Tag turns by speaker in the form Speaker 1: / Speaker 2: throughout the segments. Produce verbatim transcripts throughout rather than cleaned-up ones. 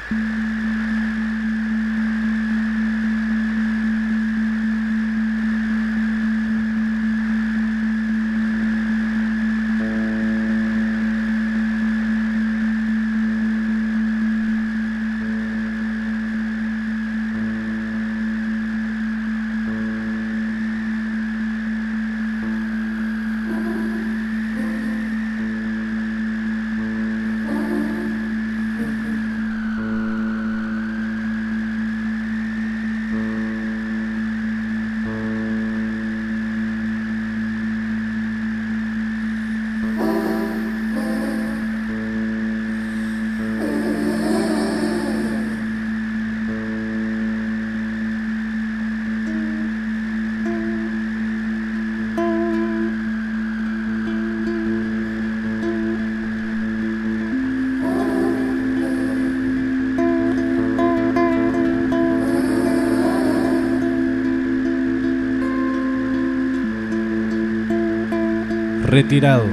Speaker 1: Retirado.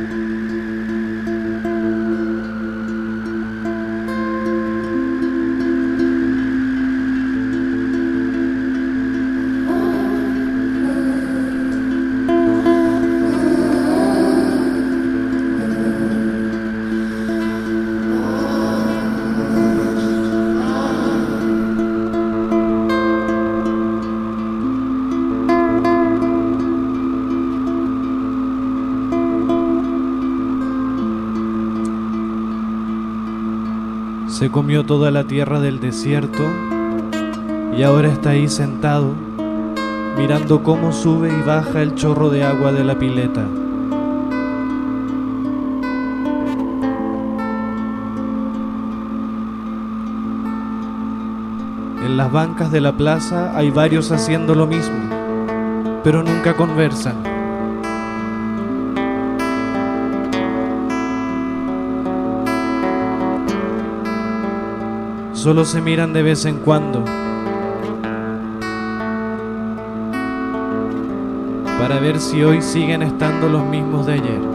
Speaker 1: Se comió toda la tierra del desierto y ahora está ahí sentado, mirando cómo sube y baja el chorro de agua de la pileta. En las bancas de la plaza hay varios haciendo lo mismo, pero nunca conversan. Solo se miran de vez en cuando para ver si hoy siguen estando los mismos de ayer.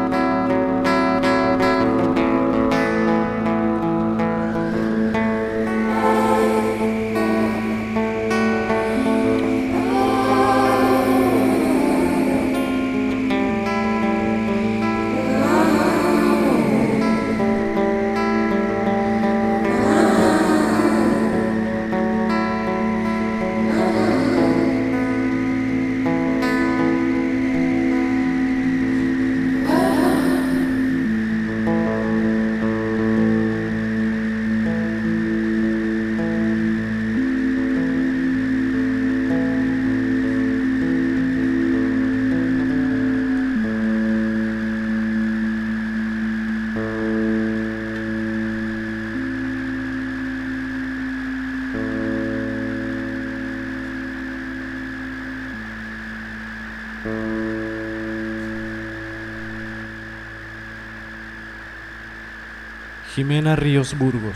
Speaker 1: Jimena Ríos Burgos.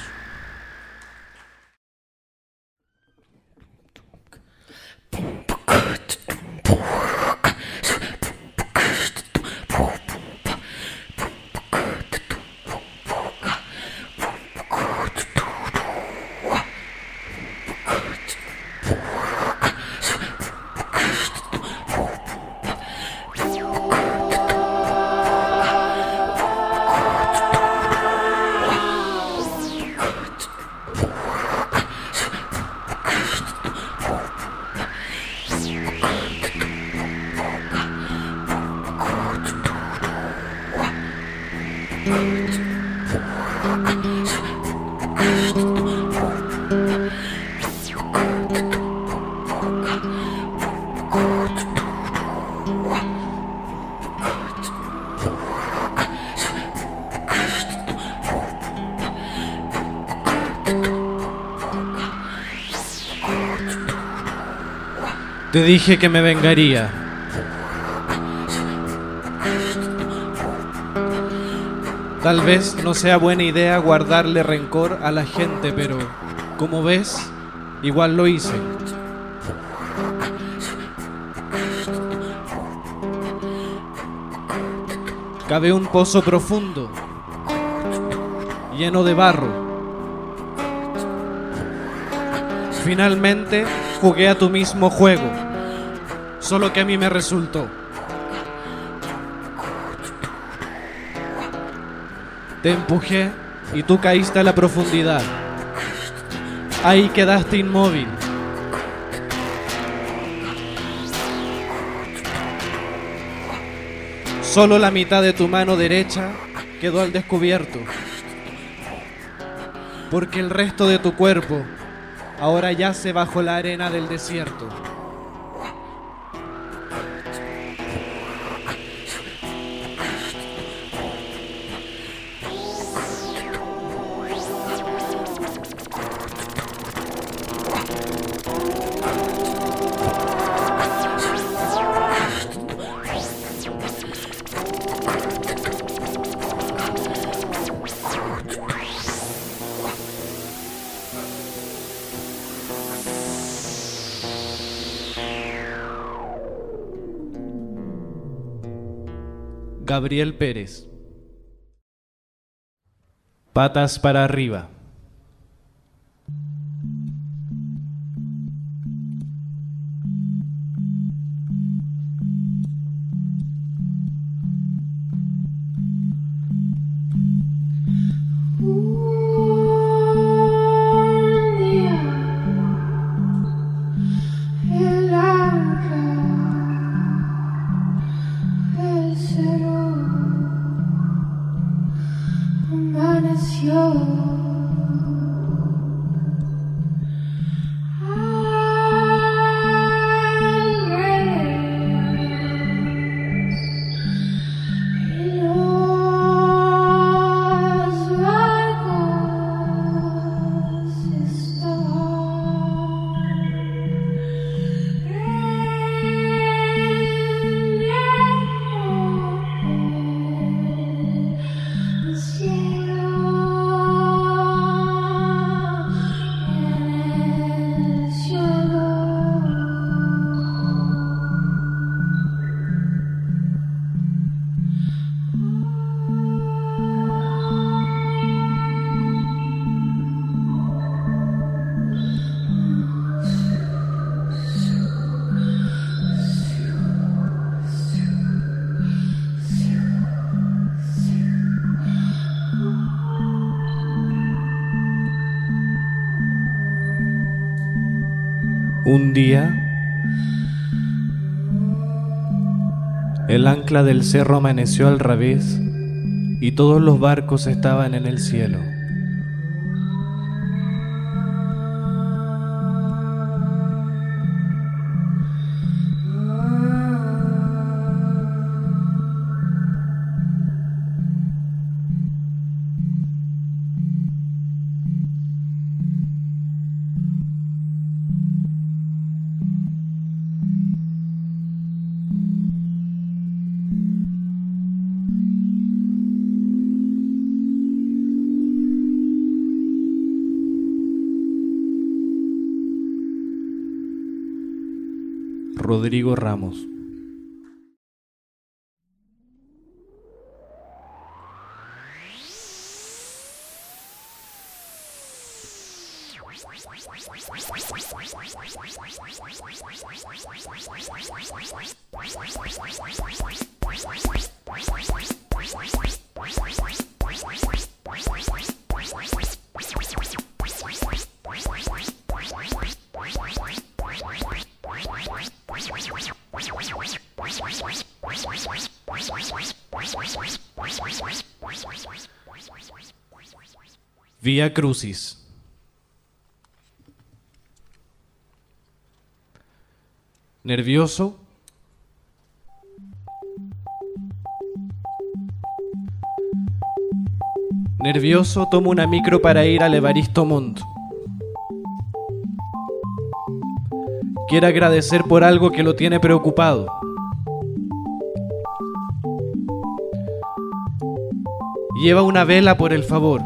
Speaker 1: Te dije que me vengaría. Tal vez no sea buena idea guardarle rencor a la gente, pero como ves, igual lo hice. Cavé un pozo profundo, lleno de barro, Finalmente jugué a tu mismo juego, solo que a mí me resultó. Te empujé y tú caíste a la profundidad. Ahí quedaste inmóvil. Solo la mitad de tu mano derecha quedó al descubierto, porque el resto de tu cuerpo ahora yace bajo la arena del desierto. Gabriel Pérez. Patas para arriba. Un día, el ancla del cerro amaneció al revés y todos los barcos estaban en el cielo. Rodrigo Ramos. Vía Crucis. Nervioso. Nervioso tomo una micro para ir al Evaristo Montt. Quiere agradecer por algo que lo tiene preocupado. Lleva una vela por el favor.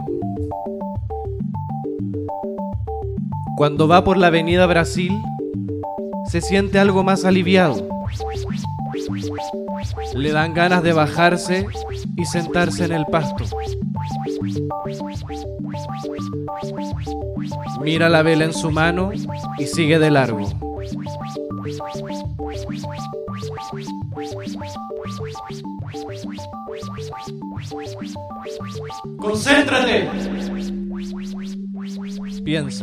Speaker 1: Cuando va por la avenida Brasil, se siente algo más aliviado. Le dan ganas de bajarse y sentarse en el pasto. Mira la vela en su mano y sigue de largo. ¡Concéntrate! Piensa.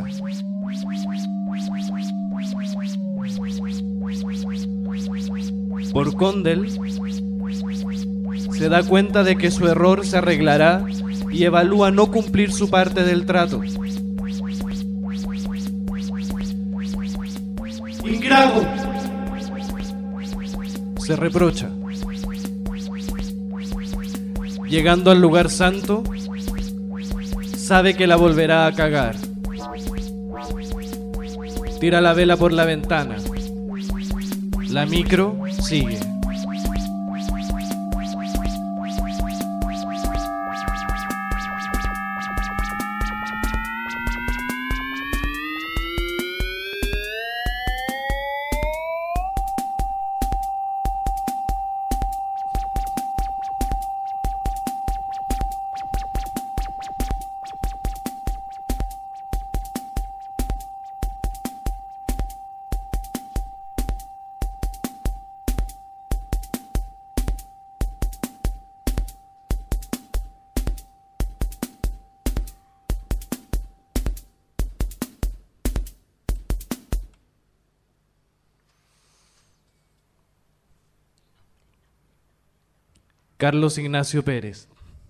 Speaker 1: Por Condell se da cuenta de que su error se arreglará y evalúa no cumplir su parte del trato. ¡Ingrato! Se reprocha. Llegando al lugar santo, sabe que la volverá a cagar. Tira la vela por la ventana. La micro sigue. Carlos Ignacio Pérez.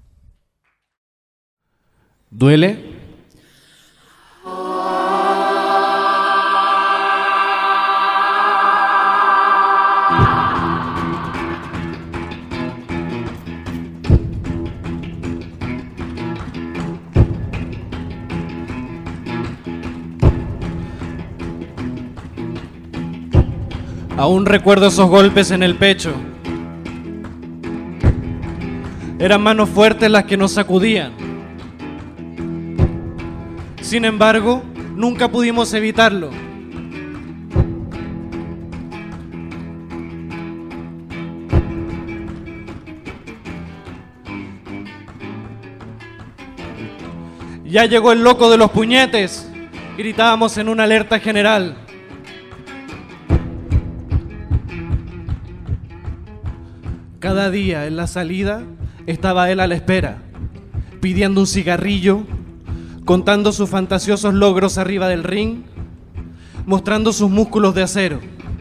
Speaker 1: ¿Duele? Aún recuerdo esos golpes en el pecho. Eran manos fuertes las que nos sacudían. Sin embargo, nunca pudimos evitarlo. Ya llegó el loco de los puñetes, gritábamos en una alerta general. Cada día en la salida estaba él a la espera, pidiendo un cigarrillo, contando sus fantasiosos logros arriba del ring, mostrando sus músculos de acero.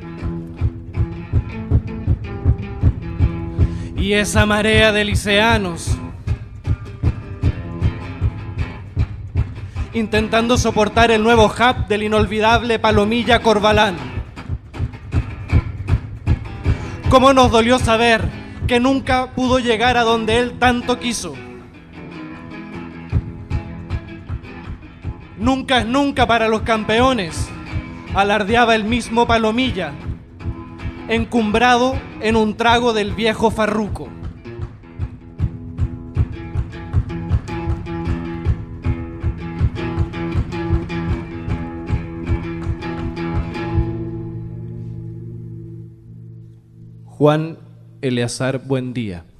Speaker 1: Y esa marea de liceanos, intentando soportar el nuevo jab del inolvidable Palomilla Corbalán. Cómo nos dolió saber que nunca pudo llegar a donde él tanto quiso. Nunca es nunca para los campeones, alardeaba el mismo Palomilla, encumbrado en un trago del viejo farruco. Juan Eleazar Buendía.